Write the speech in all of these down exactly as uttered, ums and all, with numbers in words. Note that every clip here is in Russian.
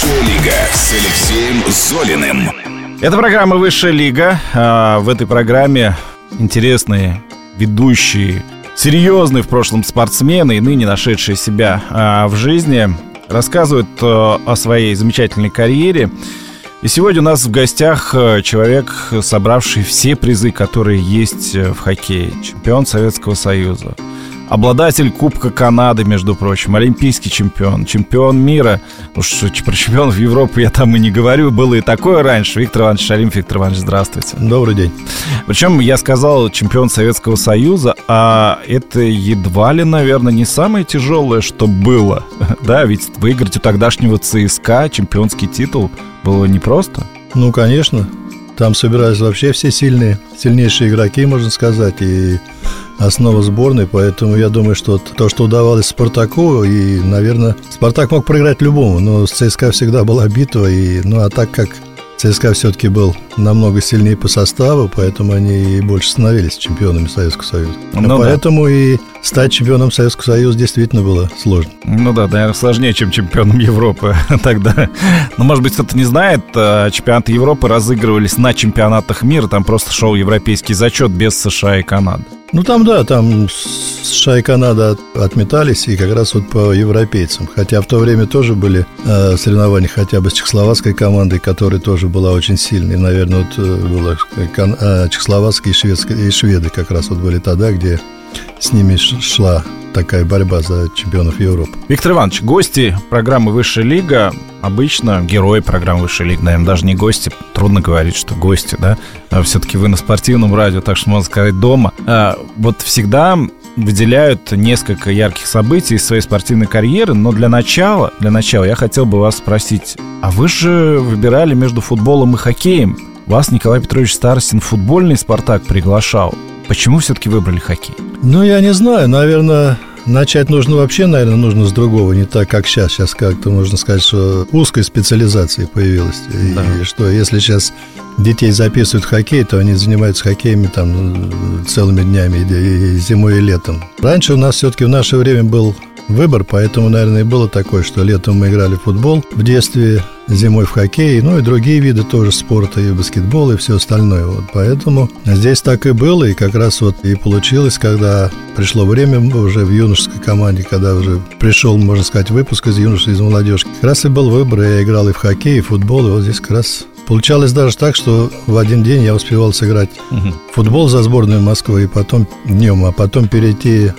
Высшая лига с Алексеем Золиным. Это программа «Высшая лига». В этой программе интересные ведущие, серьезные в прошлом спортсмены и ныне нашедшие себя в жизни рассказывают о своей замечательной карьере. И сегодня у нас в гостях человек, собравший все призы, которые есть в хоккее. Чемпион Советского Союза, обладатель Кубка Канады, между прочим, олимпийский чемпион, чемпион мира. Ну что, про чемпионов Европы я там и не говорю, было и такое раньше. Виктор Иванович Шалимов. Виктор Иванович, здравствуйте. Добрый день. Причем я сказал чемпион Советского Союза, а это едва ли, наверное, не самое тяжелое, что было. Да, ведь выиграть у тогдашнего ЦСКА чемпионский титул было непросто. Ну, конечно. Там собирались вообще все сильные, сильнейшие игроки, можно сказать, и основа сборной, поэтому я думаю, что то, что удавалось Спартаку, и, наверное, Спартак мог проиграть любому, но с ЦСКА всегда была битва, и, ну, а так как ЦСКА все-таки был намного сильнее по составу, поэтому они и больше становились чемпионами Советского Союза. Ну, поэтому да. И стать чемпионом Советского Союза действительно было сложно. Ну да, наверное, сложнее, чем чемпионом Европы тогда. Но, может быть, кто-то не знает, чемпионаты Европы разыгрывались на чемпионатах мира, там просто шел европейский зачет без США и Канады. Ну, там, да, там США и Канада отметались, и как раз вот по европейцам. Хотя в то время тоже были э, соревнования хотя бы с чехословацкой командой, которая тоже была очень сильной. Наверное, вот была кон, э, чехословацкая и шведская, и шведы как раз вот были тогда, где с ними шла такая борьба за чемпионов Европы. Виктор Иванович, гости программы «Высшая лига» обычно герои программы «Высшая лига», наверное, даже не гости, трудно говорить, что гости, да, а все-таки вы на спортивном радио, так что можно сказать дома. А вот всегда выделяют несколько ярких событий из своей спортивной карьеры, но для начала, для начала я хотел бы вас спросить, а вы же выбирали между футболом и хоккеем, вас Николай Петрович Старостин в футбольный «Спартак» приглашал. Почему все-таки выбрали хоккей? Ну, я не знаю, наверное, начать нужно вообще, наверное, нужно с другого, не так, как сейчас. Сейчас как-то можно сказать, что узкая специализация появилась. Да. И что если сейчас детей записывают в хоккей, то они занимаются хоккеем там целыми днями, и зимой, и летом. Раньше у нас все-таки в наше время был выбор, поэтому, наверное, и было такое, что летом мы играли в футбол, в детстве зимой в хоккей, ну и другие виды тоже спорта, и баскетбол, и все остальное. Вот. Поэтому здесь так и было, и как раз вот и получилось, когда пришло время уже в юношеской команде, когда уже пришел, можно сказать, выпуск из юношества, из молодежки. Как раз и был выбор, я играл и в хоккей, и в футбол, и вот здесь как раз получалось даже так, что в один день я успевал сыграть угу. футбол за сборную Москвы, и потом днем, а потом перейти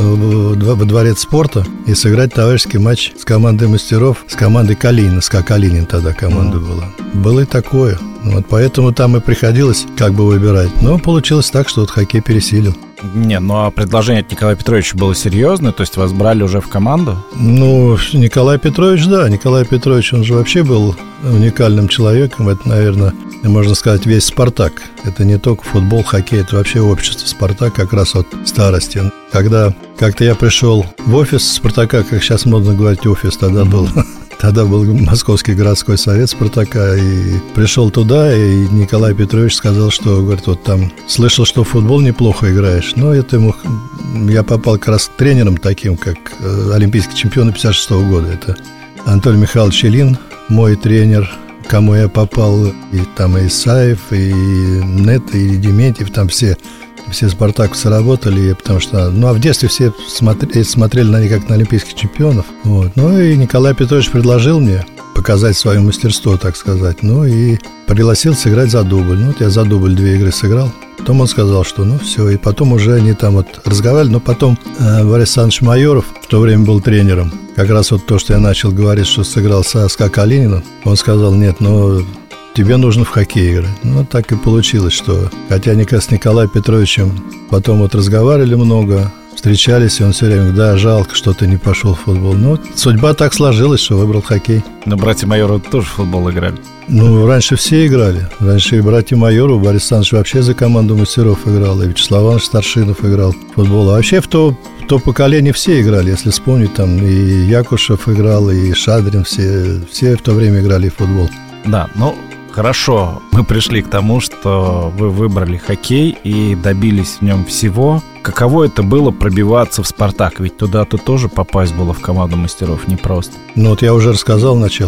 во дворец спорта и сыграть товарищеский матч с командой мастеров, с командой Калинина, СКА Калинин тогда команда mm. была. Было и такое. Вот поэтому там и приходилось как бы выбирать. Но получилось так, что вот хоккей пересилил. Не, ну а предложение от Николая Петровича было серьезное? То есть вас брали уже в команду? Ну, Николай Петрович, да. Николай Петрович, он же вообще был уникальным человеком. Это, наверное, можно сказать, весь «Спартак». Это не только футбол, хоккей, это вообще общество «Спартак», как раз от старости. Когда как-то я пришел в офис «Спартака», как сейчас модно говорить офис, тогда mm-hmm. был... Тогда был Московский городской совет «Спартака», и пришел туда, и Николай Петрович сказал, что, говорит, вот там слышал, что в футбол неплохо играешь. Но это ему... Я попал как раз к тренерам таким, как олимпийский чемпион пятьдесят шестого года. Это Анатолий Михайлович Ильин, мой тренер, к кому я попал, и там и Исаев, и Нет, и Дементьев, там все... Все спартаковцы работали, потому что... Ну, а в детстве все смотрели, смотрели на них как на олимпийских чемпионов. Вот. Ну, и Николай Петрович предложил мне показать свое мастерство, так сказать. Ну, и пригласил сыграть за дубль. Ну, вот я за дубль две игры сыграл. Потом он сказал, что ну, все. И потом уже они там вот разговаривали. Но потом э, Борис Александрович Майоров в то время был тренером. Как раз вот то, что я начал говорить, что сыграл со СКА Калининым. Он сказал, нет, ну... тебе нужно в хоккей играть. Ну, так и получилось, что... Хотя они с Николаем Петровичем потом вот разговаривали много, встречались, и он все время говорит, да, жалко, что ты не пошел в футбол. Ну, судьба так сложилась, что выбрал хоккей. Но братья Майоровы тоже в футбол играли? Ну, раньше все играли. Раньше и братья Майоровы, Борис Александрович вообще за команду мастеров играл, и Вячеслав Иванович Старшинов играл в футбол. А вообще в то, в то поколение все играли, если вспомнить, там и Якушев играл, и Шадрин, все, все в то время играли в футбол. Да, ну... Хорошо, мы пришли к тому, что вы выбрали хоккей и добились в нем всего. Каково это было пробиваться в «Спартак»? Ведь туда-то тоже попасть было в команду мастеров непросто. Ну вот я уже рассказал начало.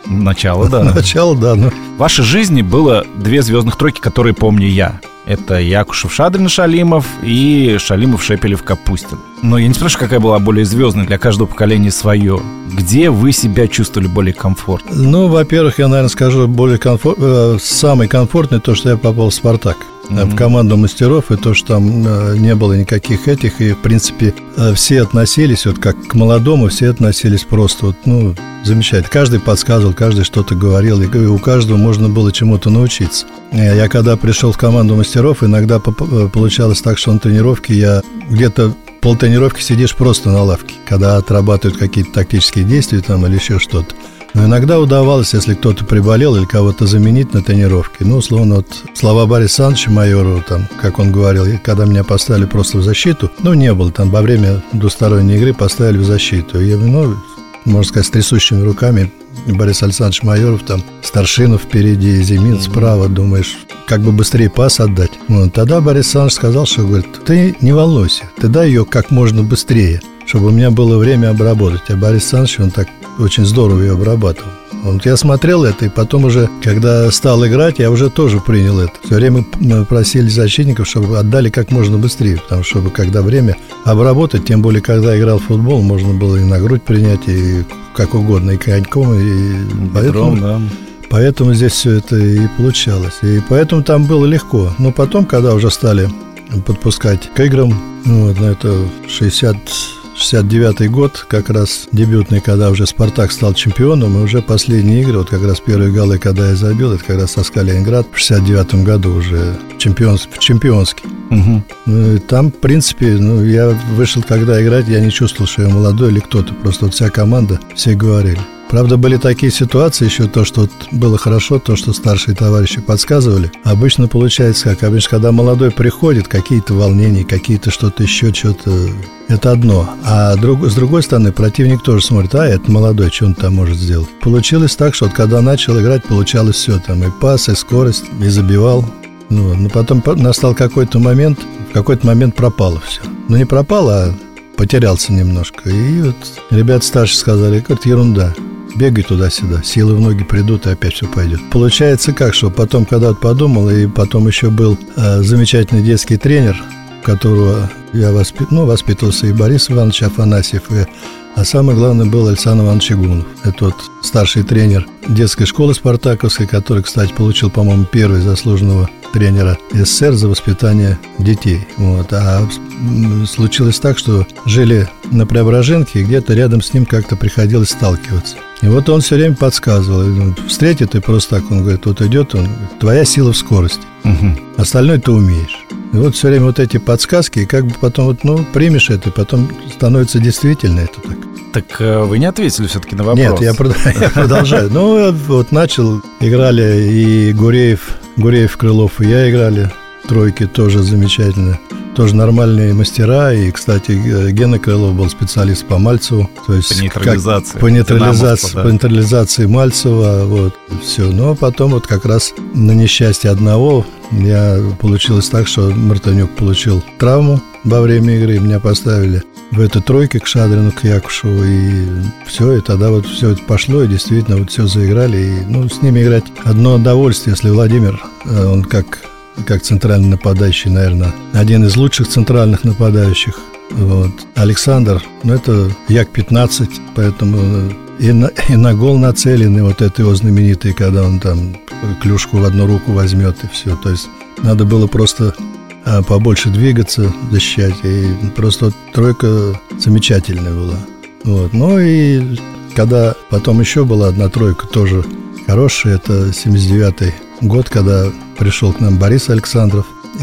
Начало, да. Начало, да. Но... В вашей жизни было две звездных тройки, которые помню я. Это Якушев, Шадрин, Шалимов и Шалимов, Шепелев, Капустин. Но я не спрашиваю, какая была более звездная, для каждого поколения свое. Где вы себя чувствовали более комфортно? Ну, во-первых, я, наверное, скажу, более комфорт... самый комфортный то, что я попал в «Спартак». Mm-hmm. В команду мастеров, и то, что там э, не было никаких этих, и, в принципе, э, все относились, вот как к молодому, все относились просто, вот, ну, замечательно. Каждый подсказывал, каждый что-то говорил, и у каждого можно было чему-то научиться. Я когда пришел в команду мастеров, иногда получалось так, что на тренировке я где-то полтренировки сидишь просто на лавке, когда отрабатывают какие-то тактические действия там или еще что-то. Но иногда удавалось, если кто-то приболел или кого-то заменить на тренировке. Ну, условно, вот слова Бориса Александровича Майорова, там, как он говорил, когда меня поставили просто в защиту, ну, не было, там, во время двусторонней игры поставили в защиту. И, ну, можно сказать, с трясущими руками Борис Александрович Майоров, там, Старшинов впереди, Зимин mm-hmm. справа, думаешь, как бы быстрее пас отдать. Ну, тогда Борис Александрович сказал, что, говорит, ты не волнуйся, ты дай ее как можно быстрее, чтобы у меня было время обработать. А Борис Александрович, он так очень здорово ее обрабатывал. Вот я смотрел это, и потом уже, когда стал играть, я уже тоже принял это. Все время просили защитников, чтобы отдали как можно быстрее, потому что, чтобы когда время обработать, тем более, когда играл в футбол, можно было и на грудь принять, и как угодно, и коньком, и поэтому, да. поэтому здесь все это и получалось. И поэтому там было легко. Но потом, когда уже стали подпускать к играм, ну, вот, на это шестьдесят шестьдесят девятый год, как раз дебютный, когда уже «Спартак» стал чемпионом, и уже последние игры, вот как раз первые голы, когда я забил, это как раз ЦСКА Ленинград в шестьдесят девятом году уже чемпионский, чемпионский. Угу. Ну, и там, в принципе, ну, я вышел, когда играть, я не чувствовал, что я молодой или кто-то, просто вот вся команда, все говорили. Правда, были такие ситуации еще, то, что вот было хорошо, то, что старшие товарищи подсказывали. Обычно получается как? Обычно, когда молодой приходит, какие-то волнения, какие-то что-то еще, что-то... Это одно. А друг, с другой стороны, противник тоже смотрит, а, это молодой, что он там может сделать. Получилось так, что вот когда начал играть, получалось все. Там и пас, и скорость, и забивал. Ну, но потом настал какой-то момент, в какой-то момент пропало все. Ну, не пропало, а потерялся немножко. И вот ребята старшие сказали, говорят, ерунда. Бегай туда-сюда, силы в ноги придут, и опять все пойдет. Получается как, что потом, когда вот подумал, и потом еще был э, замечательный детский тренер, которого я воспит... ну, воспитывался, и Борис Иванович Афанасьев, и... а самое главное был Александр Иванович Игунов. Это вот старший тренер детской школы спартаковской, который, кстати, получил, по-моему, первый заслуженного тренера СССР за воспитание детей. Вот. А случилось так, что жили на Преображенке, и где-то рядом с ним как-то приходилось сталкиваться. И вот он все время подсказывал. Встретит и просто так, он говорит, вот идет он, твоя сила в скорости, угу. Остальное ты умеешь. И вот все время вот эти подсказки, и как бы потом, вот, ну, примешь это, и потом становится действительно это так. Так вы не ответили все-таки на вопрос. Нет, я продолжаю. Ну, вот начал, играли и Гуреев, Гуреев, Крылов, и я играли. Тройки тоже замечательно. Тоже нормальные мастера. И, кстати, Гена Крылов был специалист по Мальцеву. То есть по нейтрализации. Как, по, нейтрализации да. по нейтрализации Мальцева. Вот, все. Но потом вот как раз на несчастье одного я получилось так, что Мартынюк получил травму во время игры. Меня поставили в эту тройке к Шадрину, к Якушеву. И все. И тогда вот все это пошло. И действительно вот все заиграли. И, ну, с ними играть одно удовольствие. Если Владимир, он как... как центральный нападающий, наверное, один из лучших центральных нападающих. Вот. Александр, ну, это Як пятнадцать, поэтому и на, и на гол нацелен, и вот это его знаменитый, когда он там клюшку в одну руку возьмет, и все. То есть надо было просто а, побольше двигаться, защищать, и просто вот тройка замечательная была. Вот. Ну и когда потом еще была одна тройка тоже хорошая, это семьдесят девятый год, когда пришел к нам Борис Александров,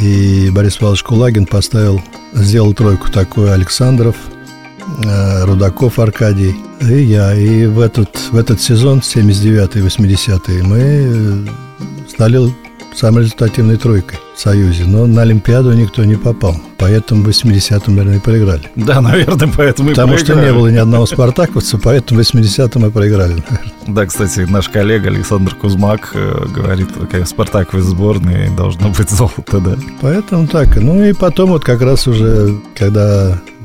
и Борис Павлович Кулагин поставил, сделал тройку такую: Александров, Рудаков Аркадий и я. И в этот, в этот сезон, семьдесят девятый восьмидесятый, мы стали самой результативной тройкой в Союзе. Но на Олимпиаду никто не попал. Поэтому в восьмидесятом, наверное, и проиграли. Да, наверное, поэтому и Потому проиграли. что не было ни одного спартаковца, поэтому в восьмидесятом мы проиграли, наверное. Да, кстати, наш коллега Александр Кузмак э, говорит, как Спартак в сборной должно быть золото, да. Поэтому так. Ну и потом вот как раз уже, когда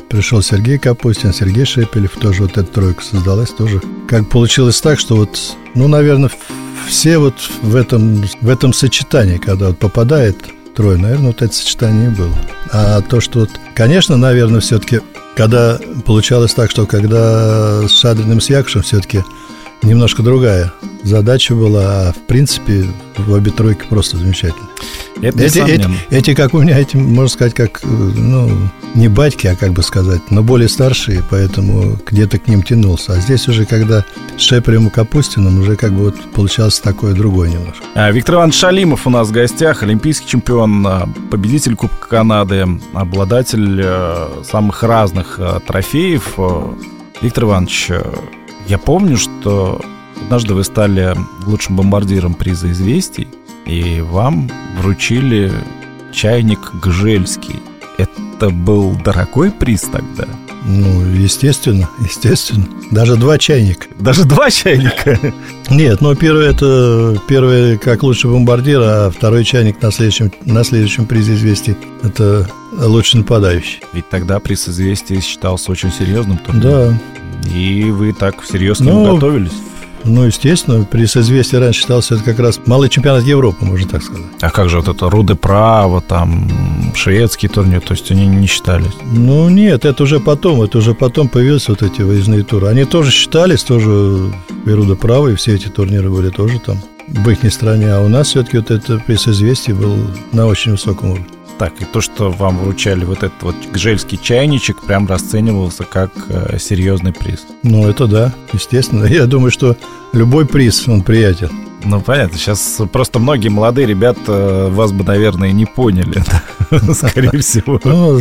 пришел Сергей Капустин, Сергей Шепелев, тоже вот эта тройка создалась, тоже. Как получилось так, что вот, ну, наверное, все вот в этом, в этом сочетании, когда вот попадает трое, наверное, вот это сочетание и было. А то, что вот, конечно, наверное, все-таки, когда получалось так, что когда с Шадриным, с Якушем все-таки немножко другая задача была, а в принципе в обе тройки просто замечательно. Это эти, эти, эти, как у меня, эти, можно сказать, как, ну, не батьки, а как бы сказать, но более старшие, поэтому где-то к ним тянулся. А здесь уже, когда с Шепелевым и Капустиным, уже как бы вот получалось такое другое немножко. А, Виктор Иванович Шалимов у нас в гостях, олимпийский чемпион, победитель Кубка Канады, обладатель э, самых разных э, трофеев. Виктор Иванович, э, я помню, что однажды вы стали лучшим бомбардиром приза «Известий», и вам вручили чайник Гжельский. Это был дорогой приз тогда? Ну, естественно, естественно. Даже два чайника. Даже два чайника? Нет, ну, первый это первый как лучший бомбардир, а второй чайник на следующем, на следующем призе «Известий» это лучший нападающий. Ведь тогда приз «Известий» считался очень серьезным турниром. Да. И вы так всерьез к нему ну, готовились? Ну, естественно, приз «Известий» раньше считался это как раз малый чемпионат Европы, можно так сказать. А как же вот это Руде Право, там, шведский турнир, то есть они не считались? Ну, нет, это уже потом, это уже потом появились вот эти выездные туры. Они тоже считались, тоже и Руде Право, и все эти турниры были тоже там в их стране. А у нас все-таки вот этот приз «Известий» был на очень высоком уровне. Так, и то, что вам вручали вот этот вот гжельский чайничек, прям расценивался как э, серьезный приз. Ну, это да, естественно. Я думаю, что любой приз, он приятен. Ну, понятно, сейчас просто многие молодые ребята вас бы, наверное, не поняли, скорее всего.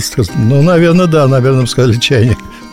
Ну, наверное, да, наверное, бы сказали чайник.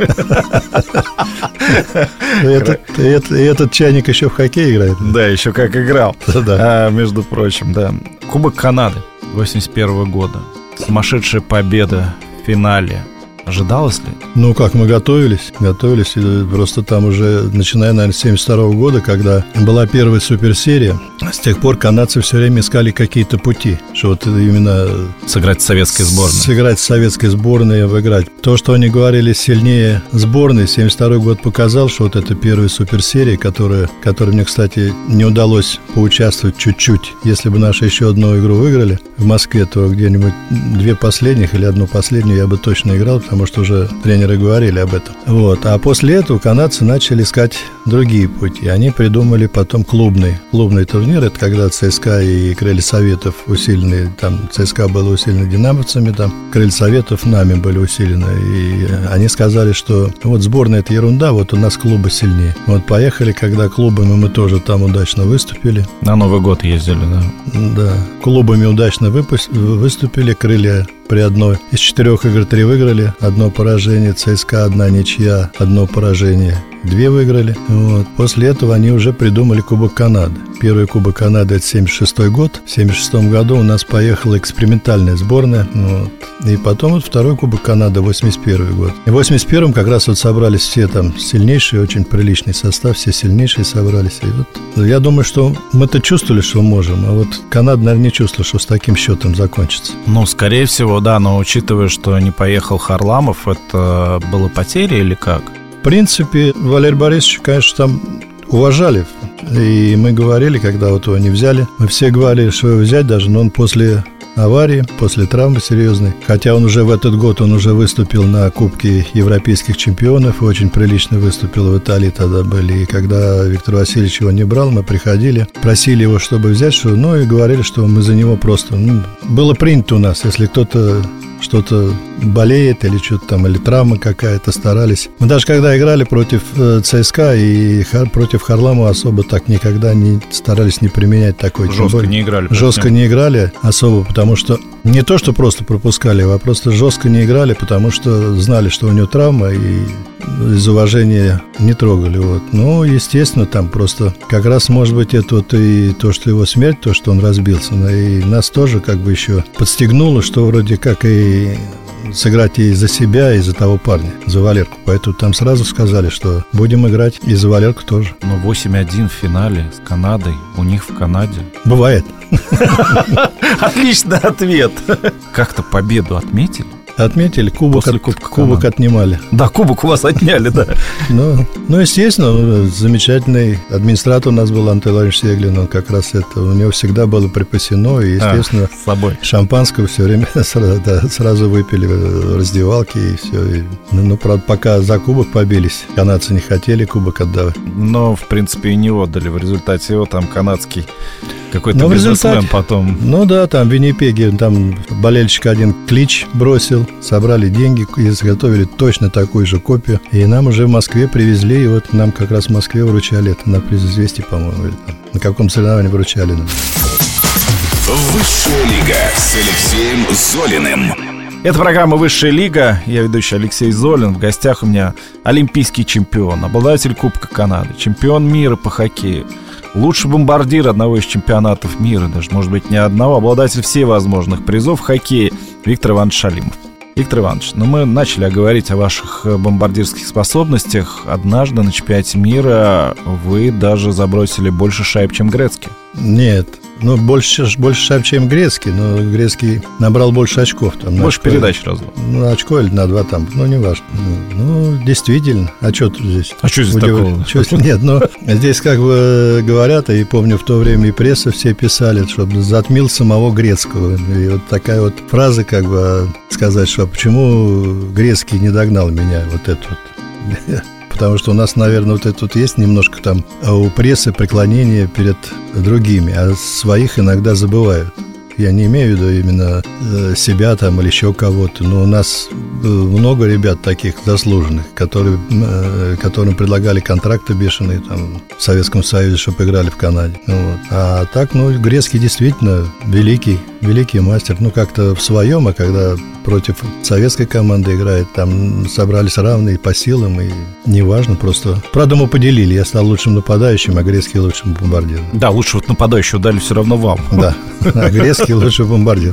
Этот чайник еще в хоккей играет. Да, еще как играл, между прочим, да. Кубок Канады восемьдесят первого года. Сумасшедшая победа в финале. Ожидалось ли? Ну, как мы готовились, готовились, просто там уже, начиная, наверное, с семьдесят второго года, когда была первая суперсерия, с тех пор канадцы все время искали какие-то пути, что вот именно... Сыграть с советской сборной. Сыграть с советской сборной, выиграть. То, что они говорили, сильнее сборной, семьдесят второй год показал, что вот эта первая суперсерия, которая, которой мне, кстати, не удалось поучаствовать чуть-чуть. Если бы наши еще одну игру выиграли в Москве, то где-нибудь две последних или одну последнюю я бы точно играл, потому что уже тренеры говорили об этом. Вот. А после этого канадцы начали искать другие пути. Они придумали потом клубный, клубный турнир. Это когда ЦСКА и Крылья Советов усилены. Там ЦСКА было усилено динамовцами, там Крылья Советов нами были усилены. И они сказали, что вот сборная — это ерунда, вот у нас клубы сильнее. Вот поехали, когда клубами мы тоже там удачно выступили. На Новый год ездили, да? Да. Клубами удачно выпу- выступили. Крылья при одной из четырех игр три выиграли, одно поражение, ЦСКА одна ничья, одно поражение, две выиграли. Вот. После этого они уже придумали Кубок Канады. Первый Кубок Канады — это семьдесят шестой год. В семьдесят шестом году у нас поехала экспериментальная сборная. Вот. И потом вот второй Кубок Канады — восемьдесят первый год. И в восемьдесят первом как раз вот собрались все там сильнейшие, очень приличный состав, все сильнейшие собрались. И вот я думаю, что мы-то чувствовали, что можем, а вот Канада, наверное, не чувствовала, что с таким счетом закончится. Ну, скорее всего, да, но учитывая, что не поехал Харламов, это было потеря или как? В принципе, Валерия Борисовича, конечно, там уважали. И мы говорили, когда вот его не взяли, мы все говорили, что его взять даже, но он после аварии, после травмы серьезной. Хотя он уже в этот год, он уже выступил на Кубке европейских чемпионов, очень прилично выступил в Италии тогда были. И когда Виктор Васильевич его не брал, мы приходили, просили его, чтобы взять, что, ну и говорили, что мы за него просто... Ну, было принято у нас, если кто-то что-то болеет или что-то там, или травма какая-то, старались. Мы даже когда играли против э, ЦСКА и хар, против Харламова особо так никогда не старались не применять такой. Жестко более, не играли. Жестко не играли особо, потому что не то, что просто пропускали, а просто жестко не играли, потому что знали, что у него травма, и из уважения не трогали. Вот. Ну, естественно, там просто как раз, может быть, это вот и то, что его смерть, то, что он разбился, и нас тоже как бы еще подстегнуло, что вроде как и сыграть и за себя, и за того парня, за Валерку. Поэтому там сразу сказали, что будем играть и за Валерку тоже. Но восемь один в финале с Канадой, у них в Канаде. Бывает. Отличный ответ. Как-то победу отметили? Отметили, кубок, от, кубок отнимали. Да, кубок у вас отняли, да. Ну, ну, естественно, замечательный администратор у нас был Антон Иванович Сеглин, он как раз это, у него всегда было припасено, и, естественно, а, с собой. Шампанского все время сразу, да, сразу выпили в раздевалке, и все. И, ну, правда, пока за кубок побились, канадцы не хотели кубок отдавать. Но, в принципе, и не отдали. В результате его там канадский какой-то Но бизнесмен результате, потом... Ну да, там в Виннипеге, там болельщик один клич бросил, собрали деньги, изготовили точно такую же копию, и нам уже в Москве привезли, и вот нам как раз в Москве вручали это на приз известий, по-моему, или там, на каком соревновании вручали нам. Высшая лига с Алексеем Золиным. Это программа «Высшая лига». Я ведущий Алексей Золин. В гостях у меня олимпийский чемпион, обладатель Кубка Канады, чемпион мира по хоккею, лучший бомбардир одного из чемпионатов мира, даже, может быть, не одного, обладатель всех возможных призов в хоккее Виктор Иванович Шалимов. Виктор Иванович, ну мы начали говорить о ваших бомбардирских способностях. Однажды на чемпионате мира вы даже забросили больше шайб, чем Грецкий. Нет, ну больше, больше шайб, чем Грецкий, но Грецкий набрал больше очков. Там, больше очко, передач раздал. Ну, очко или на два там, ну не важно. Ну, действительно, а что тут здесь? А что здесь такого? Нет, ну, здесь как бы говорят, и помню, в то время и пресса все писали, чтобы затмил самого Грецкого. И вот такая вот фраза, как бы сказать, что почему Грецкий не догнал меня, вот это вот. Потому что у нас, наверное, вот это вот есть немножко там у прессы преклонение перед другими, а своих иногда забывают. Я не имею в виду именно себя там или еще кого-то, но у нас много ребят таких заслуженных, которые, которым предлагали контракты бешеные там в Советском Союзе, чтобы играли в Канаде. Вот. А так, ну, Грецкий действительно великий, великий мастер. Ну, как-то в своем, а когда против советской команды играет, там собрались равные по силам, и неважно, просто... Правда, мы поделили, я стал лучшим нападающим, а Грецкий лучшим бомбардиром. Да, лучше вот нападающего дали все равно вам. Да, а Грецкий лучший бомбардир.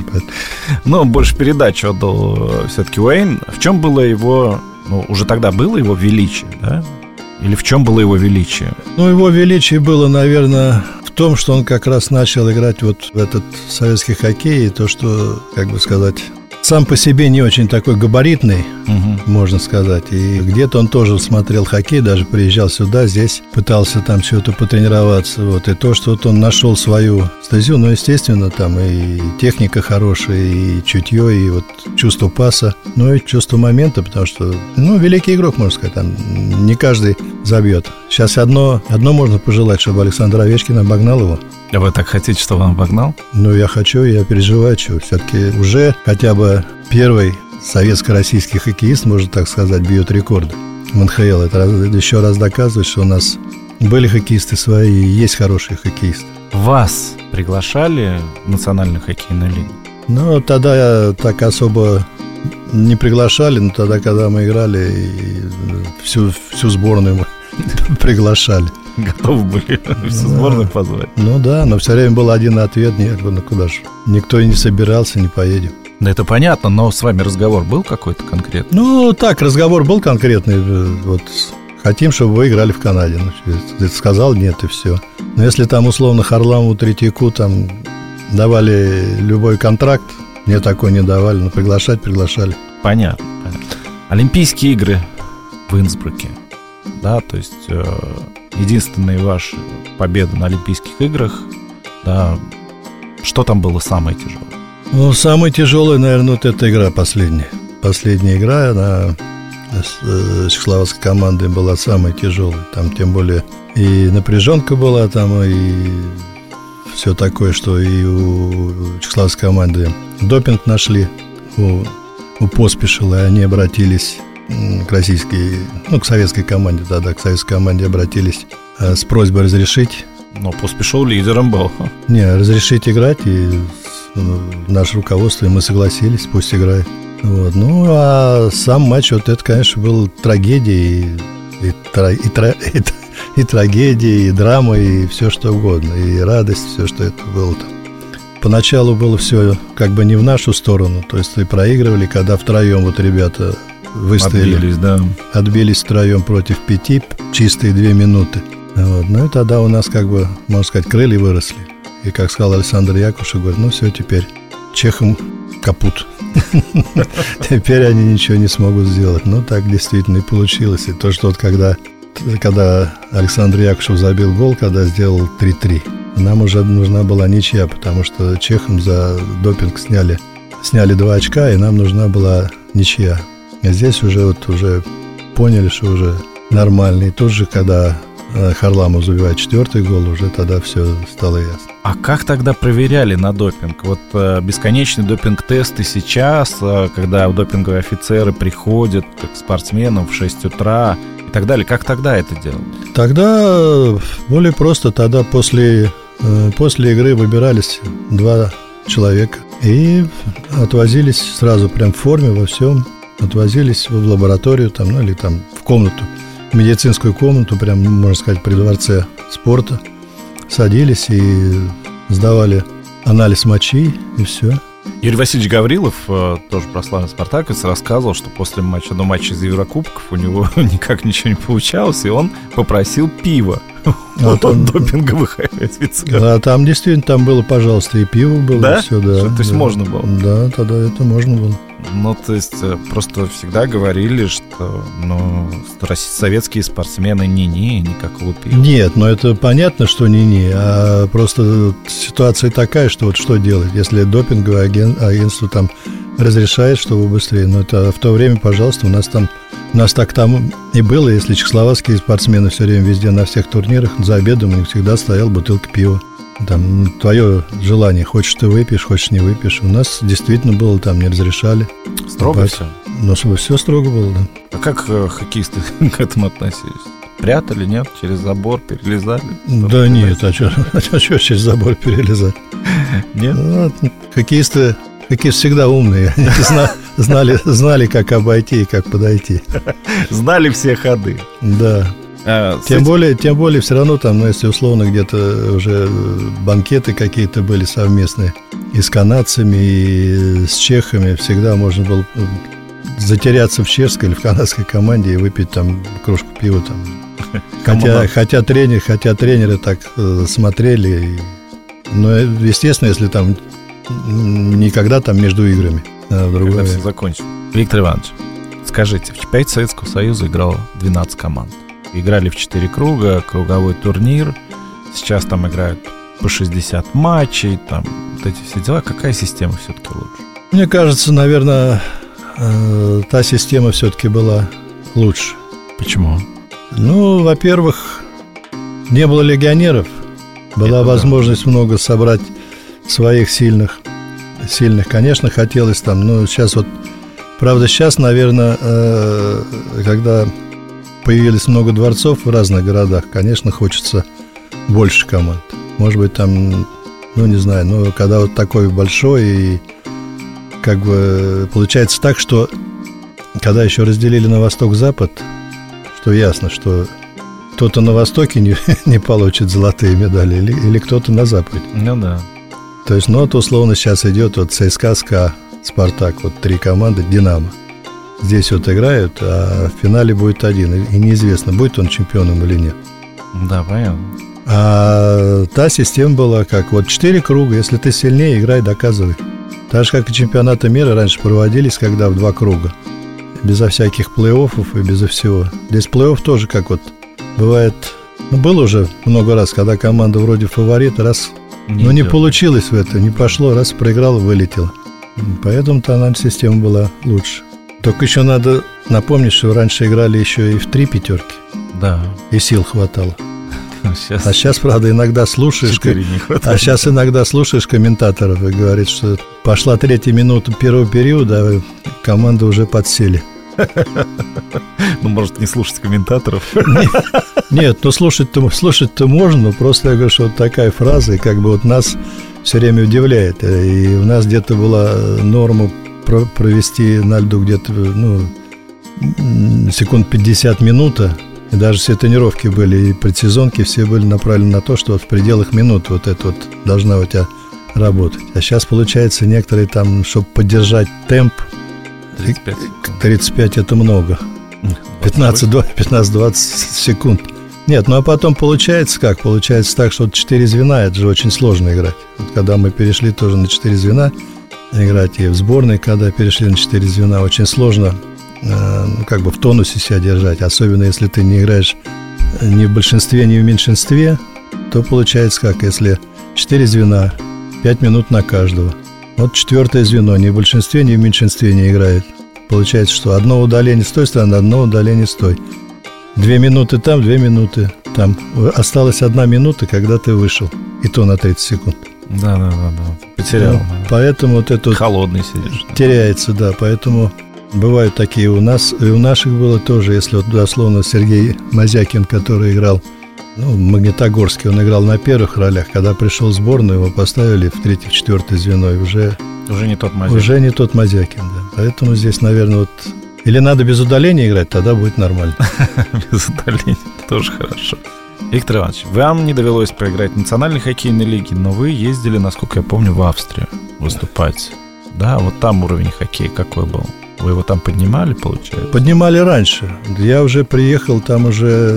Но больше передач отдал все-таки Уэйн. В чем было его... Ну, уже тогда было его величие, да? Или в чем было его величие? Ну, его величие было, наверное, в том, что он как раз начал играть вот в этот советский хоккей, и то, что, как бы сказать... Сам по себе не очень такой габаритный, угу. можно сказать. И где-то он тоже смотрел хоккей, даже приезжал сюда, здесь пытался там что-то потренироваться. Вот. И то, что вот он нашел свою стезю, ну, естественно, там и техника хорошая, и чутье, и вот чувство паса, ну, и чувство момента, потому что, ну, великий игрок, можно сказать, там не каждый забьет. Сейчас одно, одно можно пожелать, чтобы Александр Овечкин обогнал его. А вы так хотите, чтобы он обогнал? Ну, я хочу, я переживаю, что все-таки уже хотя бы первый советско-российский хоккеист, можно так сказать, бьет рекорды в эн ха эл. Это раз, еще раз доказывает, что у нас были хоккеисты свои, и есть хорошие хоккеисты. Вас приглашали в Национальную хоккейную лигу? Ну, тогда так особо не приглашали, но тогда, когда мы играли, и всю, всю сборную мы приглашали. Готовы были всю сборную позвать? Ну да, но все время был один ответ: нет, ну куда же, никто и не собирался, не поедем. Да это понятно, но с вами разговор был какой-то конкретный? Ну так, разговор был конкретный, вот хотим, чтобы вы играли в Канаде. Ну, сказал нет, и все. Но если там условно Харламову, Третьяку там давали любой контракт, мне такой не давали, но приглашать приглашали. Понятно, понятно. Олимпийские игры в Инсбруке, да, то есть э, единственная ваша победа на Олимпийских играх, да, что там было самое тяжелое? Ну, самая тяжелая, наверное, вот эта игра последняя. Последняя игра, она с чехословацкой командой была самой тяжелой. Там, тем более, и напряженка была там, и все такое, что и у чехословацкой команды допинг нашли у, у Поспешила, и они обратились к российской, ну, к советской команде, тогда к советской команде обратились с просьбой разрешить. Но Поспешил лидером был. Не, разрешить играть, и наше руководство, и мы согласились, пусть играет. Вот. Ну, а сам матч, вот это, конечно, был трагедией, и, и, и, и, и трагедия, и драма, и все что угодно, и радость, все, что это было там. Поначалу было все как бы не в нашу сторону, то есть и проигрывали, когда втроем вот ребята выстояли. Отбились, да. Отбились втроем против пяти, чистые две минуты. Вот. Ну и тогда у нас, как бы, можно сказать, крылья выросли. И, как сказал Александр Якушев, говорит, ну все, теперь чехам капут. теперь они ничего не смогут сделать. Ну, так действительно и получилось. И то, что вот когда, когда Александр Якушев забил гол, когда сделал три-три, нам уже нужна была ничья, потому что чехам за допинг сняли, сняли два очка, и нам нужна была ничья. А здесь уже вот уже поняли, что уже нормально. И тут же, когда Харламов забивает четвертый гол, уже тогда все стало ясно. А как тогда проверяли на допинг? Вот э, бесконечные допинг-тесты сейчас, э, когда допинговые офицеры приходят к спортсменам в шесть утра и так далее. Как тогда это делали? Тогда более просто. Тогда после, э, после игры выбирались два человека и отвозились сразу прям в форме во всем. Отвозились в лабораторию там, ну или там в комнату, в медицинскую комнату, прям, можно сказать, при дворце спорта. Садились и сдавали анализ мочи, и все. Юрий Васильевич Гаврилов, тоже прославленный спартаковец, рассказывал, что после матча, одного матча из Еврокубков у него никак ничего не получалось, и он попросил пива а от допинговых офицеров. Да, там действительно там было, пожалуйста, и пиво было, да? И все, да. То есть да. можно было? Да, тогда это можно было. Ну, то есть просто всегда говорили, что ну, советские спортсмены не-не, никакого пива. Нет, но это понятно, что не-не, а просто ситуация такая, что вот что делать, если допинговое агентство там разрешает, чтобы быстрее. Но это в то время, пожалуйста, у нас там, у нас так там и было, если чехословацкие спортсмены все время везде на всех турнирах, за обедом у них всегда стояла бутылка пива. Там твое желание, хочешь ты выпьешь, хочешь не выпьешь. У нас действительно было, там не разрешали. Строго Бать. все? Ну, чтобы все строго было, да. А как э, хоккеисты к этому относились? Прятали, нет? Через забор перелезали? Да нет, а что, а что через забор перелезать? Нет? Ну, хоккеисты, хоккеисты всегда умные. Они знали, знали, как обойти и как подойти. Знали все ходы. Да. А, тем, этим... более, тем более все равно там, ну, если условно где-то уже банкеты какие-то были совместные и с канадцами, и с чехами, всегда можно было затеряться в чешской или в канадской команде и выпить там кружку пива там. Хотя, хотя, тренер, хотя тренеры так э, смотрели. Но, естественно, если там никогда там между играми. А Когда другое... все закончилось. Виктор Иванович, скажите, в чемпионате Советского Союза играло двенадцать команд. Играли в четыре круга, круговой турнир. Сейчас там играют по шестьдесят матчей, там вот эти все дела. Какая система все-таки лучше? Мне кажется, наверное, э, та система все-таки была лучше. Почему? Ну, во-первых, не было легионеров. Была Это возможность да. много собрать своих сильных. Сильных, конечно, хотелось там. Но сейчас вот, правда, сейчас, наверное, э, когда появились много дворцов в разных городах, конечно, хочется больше команд. Может быть, там, ну, не знаю, но когда вот такой большой, и как бы получается так, что когда еще разделили на восток-запад, что ясно, что кто-то на востоке не, не получит золотые медали, или, или кто-то на западе. Ну да. То есть, ну, вот условно сейчас идет вот ЦСКА, СКА, Спартак, вот три команды, Динамо. Здесь вот играют, а в финале будет один. И неизвестно, будет он чемпионом или нет. Да, понятно. А та система была как? Вот четыре круга, если ты сильнее, играй, доказывай. Так же, как и чемпионаты мира раньше проводились, когда в два круга. Безо всяких плей-оффов и безо всего. Здесь плей-офф тоже как вот бывает. Ну, было уже много раз, когда команда вроде фаворита, раз, не но не получилось в это, не пошло, раз проиграл, вылетел. Поэтому-то нам система была лучше. Только еще надо напомнить, что раньше играли еще и в три пятерки. Да. И сил хватало. Сейчас... А сейчас, правда, иногда слушаешь, а сейчас иногда слушаешь комментаторов и говорит, что пошла третья минута первого периода, а команда уже подсели. Ну, может, не слушать комментаторов. Нет, нет, ну слушать-то, слушать-то можно, но просто я говорю, что вот такая фраза, и как бы вот нас все время удивляет. И у нас где-то была норма провести на льду где-то, ну, секунд пятьдесят минута. И даже все тренировки были, и предсезонки все были направлены на то, что вот в пределах минут вот это вот должна у тебя работать. А сейчас, получается, некоторые там, чтобы поддержать темп, тридцать пять тридцать пять это много. пятнадцать-двадцать секунд. Нет, ну а потом получается как? Получается так, что четыре звена, это же очень сложно играть. Вот когда мы перешли тоже на четыре звена, играть и в сборной, когда перешли на четыре звена. Очень сложно э, как бы в тонусе себя держать, особенно если ты не играешь ни в большинстве, ни в меньшинстве, то получается как, если четыре звена, пять минут на каждого. Вот четвертое звено ни в большинстве, ни в меньшинстве не играет. Получается, что одно удаление с той стороны, одно удаление с той. Две минуты там, две минуты там. Осталась одна минута, когда ты вышел. И то на тридцать секунд. Да, да, да, да. Потерял. Ну, поэтому вот это холодный сидишь. Теряется, да. Поэтому бывают такие у нас, и у наших было тоже. Если вот дословно Сергей Мазякин, который играл, ну, в Магнитогорске, он играл на первых ролях. Когда пришел в сборную, его поставили в третье, в четвертое звено. И уже, уже не тот Мазякин. Уже не тот Мазякин, да. Поэтому здесь, наверное, вот или надо без удаления играть, тогда будет нормально. Без удаления тоже хорошо. Виктор Иванович, вам не довелось поиграть в национальной хоккейной лиге, но вы ездили, насколько я помню, в Австрию выступать. Да, вот там уровень хоккея какой был? Вы его там поднимали, получается? Поднимали раньше. Я уже приехал, там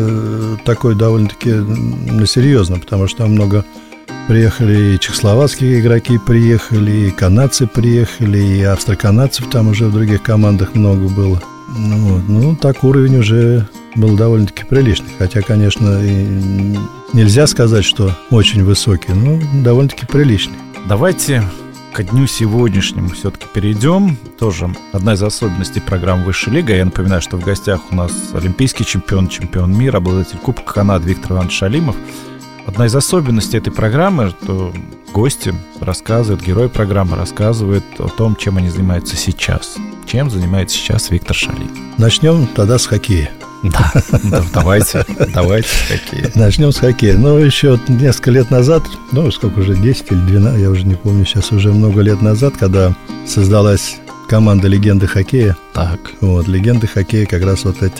уже такой довольно-таки ну, серьезно, потому что там много приехали и чехословацкие игроки приехали, и канадцы приехали, и австро-канадцев там уже в других командах много было. Ну, вот. Ну, так уровень уже был довольно-таки приличный. Хотя, конечно, и нельзя сказать, что очень высокий, но довольно-таки приличный. Давайте ко дню сегодняшнему все-таки перейдем. Тоже одна из особенностей программы «Высшая лига». Я напоминаю, что в гостях у нас олимпийский чемпион, чемпион мира, обладатель Кубка Канады Виктор Иванович Шалимов. Одна из особенностей этой программы, что гости рассказывают, герой программы рассказывают о том, чем они занимаются сейчас. Чем занимается сейчас Виктор Шалимов. Начнем тогда с хоккея. Да, давайте, давайте с хоккея. Начнем с хоккея. Ну, еще несколько лет назад, ну, сколько уже, десять или двенадцать, я уже не помню, сейчас уже много лет назад, когда создалась команда «Легенды хоккея». Так. Вот, «Легенды хоккея» как раз вот эти,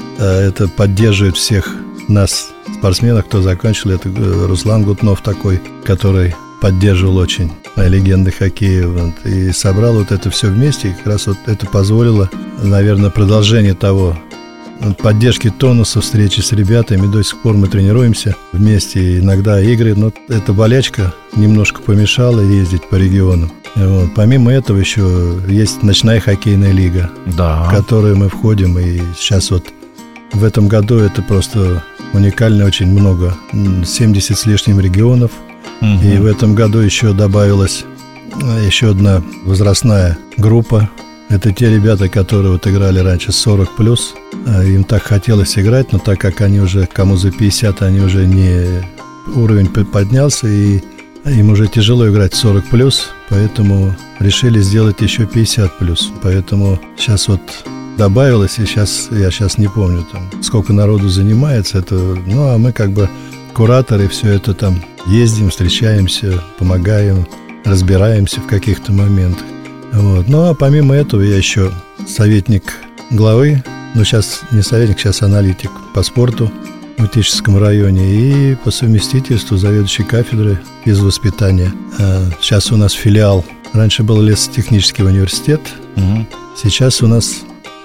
это поддерживает всех нас, спортсменов, кто закончил. Это Руслан Гутнов такой, который поддерживал очень «Легенды хоккея». Вот, и собрал вот это все вместе. И как раз вот это позволило, наверное, продолжение того, поддержки тонуса, встречи с ребятами. До сих пор мы тренируемся вместе, иногда игры. Но эта болячка немножко помешала ездить по регионам. Вот. Помимо этого еще есть ночная хоккейная лига, да, в которую мы входим. И сейчас вот в этом году это просто уникально, очень много, семьдесят с лишним регионов. Угу. И в этом году еще добавилась еще одна возрастная группа. Это те ребята, которые вот играли раньше сорок плюс. Им так хотелось играть, но так как они уже, кому за пятьдесят, они уже не... Уровень поднялся, и им уже тяжело играть сорок плюс, поэтому решили сделать еще пятьдесят плюс. Поэтому сейчас вот добавилось, и сейчас, я сейчас не помню, там, сколько народу занимается. Это, ну, а мы как бы кураторы, все это там ездим, встречаемся, помогаем, разбираемся в каких-то моментах. Вот. Ну, а помимо этого я еще советник главы, ну, сейчас не советник, сейчас аналитик по спорту в Утическом районе и по совместительству заведующий кафедры физвоспитания. Сейчас у нас филиал. Раньше был лесотехнический университет, угу. Сейчас у нас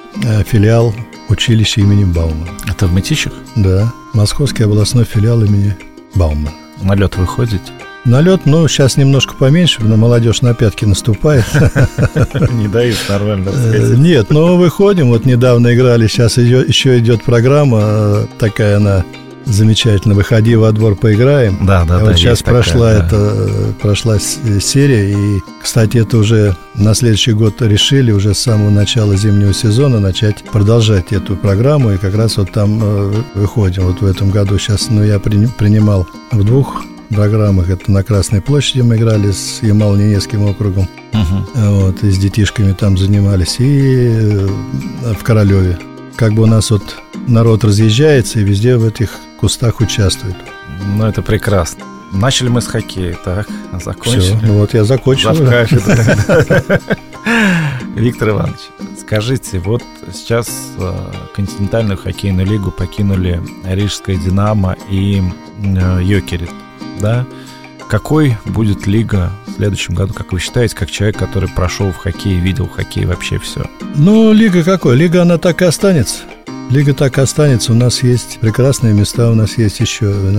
филиал училища имени Баумана. Это в Мытищах? Да, Московский областной филиал имени Баумана. На лед вы ходите? На лед, ну, сейчас немножко поменьше, но молодежь на пятки наступает. Не дают нормально сказать. Нет, но выходим, вот недавно играли, сейчас еще идет программа, такая она замечательная, «Выходи во двор, поиграем». Да, да, да. Вот сейчас прошла эта прошла серия, и, кстати, это уже на следующий год решили, уже с самого начала зимнего сезона начать продолжать эту программу, и как раз вот там выходим. Вот в этом году сейчас, ну, я принимал в двух программах. Это на Красной площади мы играли с Ямало-Ненецким округом. Угу. Вот, и с детишками там занимались. И в Королеве. Как бы у нас вот народ разъезжается и везде в этих кустах участвует. Ну, это прекрасно. Начали мы с хоккея, так, закончили. Все, ну вот я закончил. Виктор Иванович, скажите, вот сейчас континентальную хоккейную лигу покинули Рижская «Динамо» и Йокерит. Да? Какой будет лига в следующем году, как вы считаете, как человек, который прошел в хоккей, видел в хоккей вообще все? Ну, лига какой? Лига, она так и останется. Лига так и останется. У нас есть прекрасные места, у нас есть еще. У нас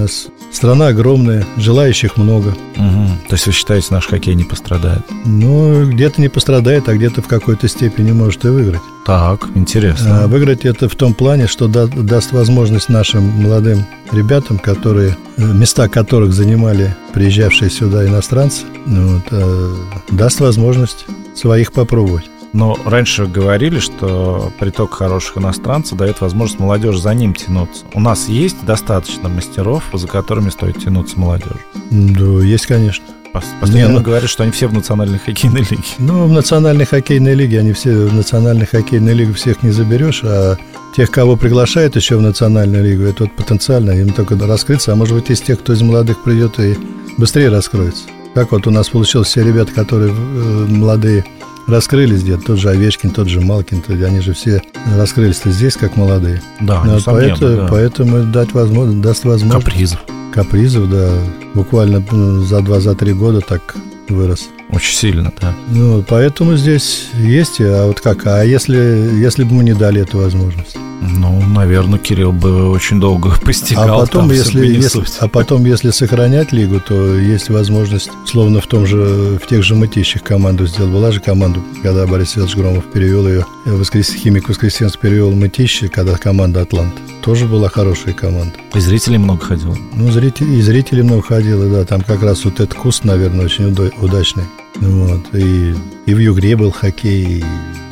Страна огромная, желающих много. Угу. То есть вы считаете, наш хоккей не пострадает? Ну, где-то не пострадает, а где-то в какой-то степени может и выиграть. Так, интересно. А выиграть это в том плане, что да, даст возможность нашим молодым ребятам, которые, места которых занимали приезжавшие сюда иностранцы, вот, а, даст возможность своих попробовать. Но раньше говорили, что приток хороших иностранцев дает возможность молодежи за ним тянуться. У нас есть достаточно мастеров, за которыми стоит тянуться молодежь? Да, есть, конечно. Постоянно ну, говорят, что они все в национальной хоккейной лиге. Ну, в национальной хоккейной лиге, они все в национальной хоккейной лиге всех не заберешь, а тех, кого приглашают еще в национальную лигу, это вот потенциально им только раскрыться, а может быть, из тех, кто из молодых придет и быстрее раскроется. Как вот у нас получилось, все ребята, которые э, молодые, раскрылись где-то, тот же Овечкин, тот же Малкин, они же все раскрылись-то здесь, как молодые. Да, ну, несомненно, поэтому, да. Поэтому дать возможность, даст возможность. Капризов. Капризов, да. Буквально за два-за три года так вырос. Очень сильно, да. Ну, поэтому здесь есть, а вот как, а если, если бы мы не дали эту возможность? Ну, наверное, Кирилл бы очень долго постигал. А потом, там, если, если, а потом, если сохранять лигу, то есть возможность, словно в том же, в тех же Мытищах команду сделал. Была же команда, когда Борис Ильич Громов перевел ее, Воскрес... химик Воскресенск перевел Мытищи, когда команда «Атлант». Тоже была хорошая команда. И зрителей много ходило. Ну, зрители, и зрителей много ходило, да. Там как раз вот этот куст, наверное, очень удачный. Вот. И, и в Югре был хоккей, и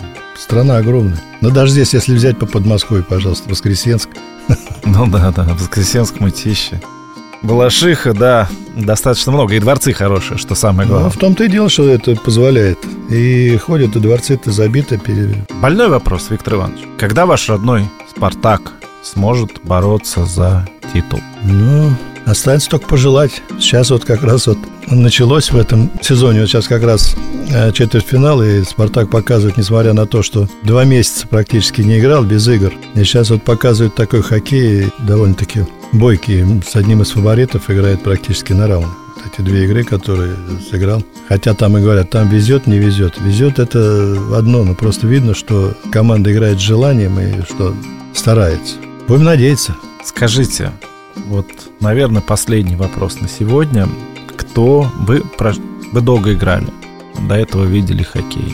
страна огромная. Но даже здесь, если взять по Подмосковью, пожалуйста, Воскресенск. Ну да, да, Воскресенск, Мытищи, Балашиха, да, достаточно много. И дворцы хорошие, что самое главное. Ну, в том-то и дело, что это позволяет. И ходят, и дворцы-то забиты. Больной вопрос, Виктор Иванович. Когда ваш родной «Спартак» сможет бороться за титул? Ну, останется только пожелать. Сейчас вот как раз вот началось в этом сезоне. Вот сейчас как раз четвертьфинал, и «Спартак» показывает, несмотря на то, что два месяца практически не играл, без игр. И сейчас вот показывают такой хоккей довольно-таки бойкий. С одним из фаворитов играет практически на равных. Вот эти две игры, которые сыграл. Хотя там и говорят, там везет, не везет. Везет это одно, но просто видно, что команда играет с желанием и что старается. Будем надеяться. Скажите, вот, наверное, последний вопрос на сегодня. Кто вы, вы долго играли, до этого видели хоккей,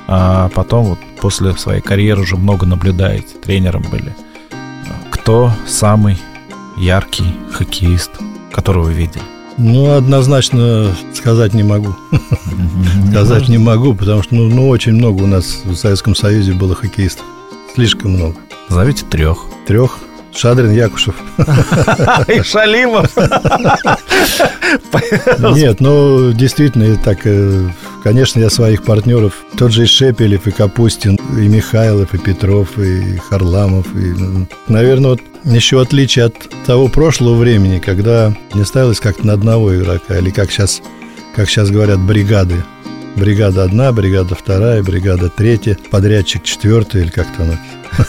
а потом вот после своей карьеры уже много наблюдаете, тренером были. Кто самый яркий хоккеист, которого вы видели? Ну, однозначно сказать не могу. Сказать не могу, потому что ну очень много у нас в Советском Союзе было хоккеистов. Слишком много. Назовите трех. Трех. Шадрин, Якушев. И Шалимов. Нет, ну, действительно, так, конечно, я своих партнеров, тот же и Шепелев, и Капустин, и Михайлов, и Петров, и Харламов. И, наверное, вот еще отличие от того прошлого времени, когда не ставилось как-то на одного игрока, или как сейчас, как сейчас говорят, бригады. Бригада одна, бригада вторая, бригада третья, подрядчик четвертый, или как-то оно.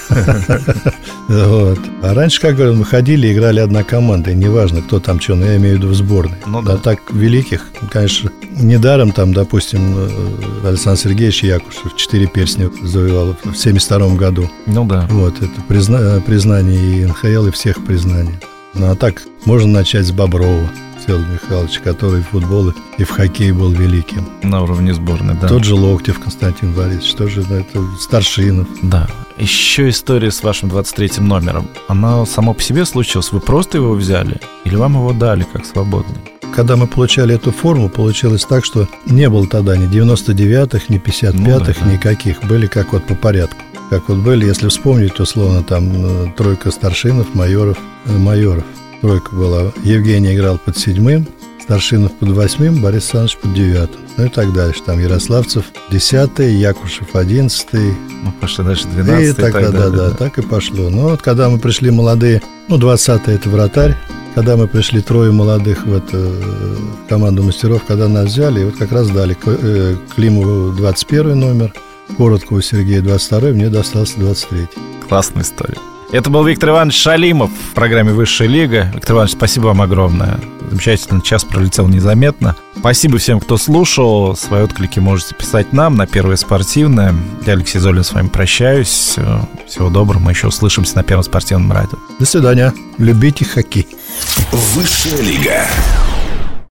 Вот. А раньше, как говорят, мы ходили и играли одна команда, и неважно, кто там что, но я имею в виду в сборной. Ну, да. А так великих, конечно, недаром там, допустим, Александр Сергеевич Якушев четыре перстня завоевал в семьдесят втором году. Ну да. Вот, это призна... признание и эн ха эл, и всех признание. Ну а так можно начать с Боброва Всеволода Михайловича, который в футболе и в хоккее был великим. На уровне сборной, да. Тот же Локтев Константин Борисович, тоже ну, это Старшинов. Да. Еще история с вашим двадцать третьим номером. Она сама по себе случилась? Вы просто его взяли? Или вам его дали как свободный? Когда мы получали эту форму, получилось так, что не было тогда ни девяносто девятых, ни пятьдесят пятых, ну, да, никаких. Были как вот по порядку. Как вот были, если вспомнить, то словно там тройка Старшинов, Майоров, Майоров. Тройка была. Евгений играл под седьмым, Старшинов под восьмым, Борис Александрович под девятым. Ну и так дальше. Там Ярославцев десятый, Якушев одиннадцатый. Ну, пошли дальше двенадцатый. И так, и так да, далее, да, да, так и пошло. Ну вот когда мы пришли молодые, ну двадцатый это вратарь. Когда мы пришли трое молодых в, это, в команду мастеров, когда нас взяли, и вот как раз дали Климову двадцать первый номер, Короткову Сергею двадцать второй, мне достался двадцать третий. Классная история. Это был Виктор Иванович Шалимов в программе «Высшая лига». Виктор Иванович, спасибо вам огромное. Замечательно, час пролетел незаметно. Спасибо всем, кто слушал. Свои отклики можете писать нам на Первое спортивное. Я, Алексей Золин, с вами прощаюсь. Всего доброго. Мы еще услышимся на Первом спортивном радио. До свидания. Любите хоккей. Высшая лига.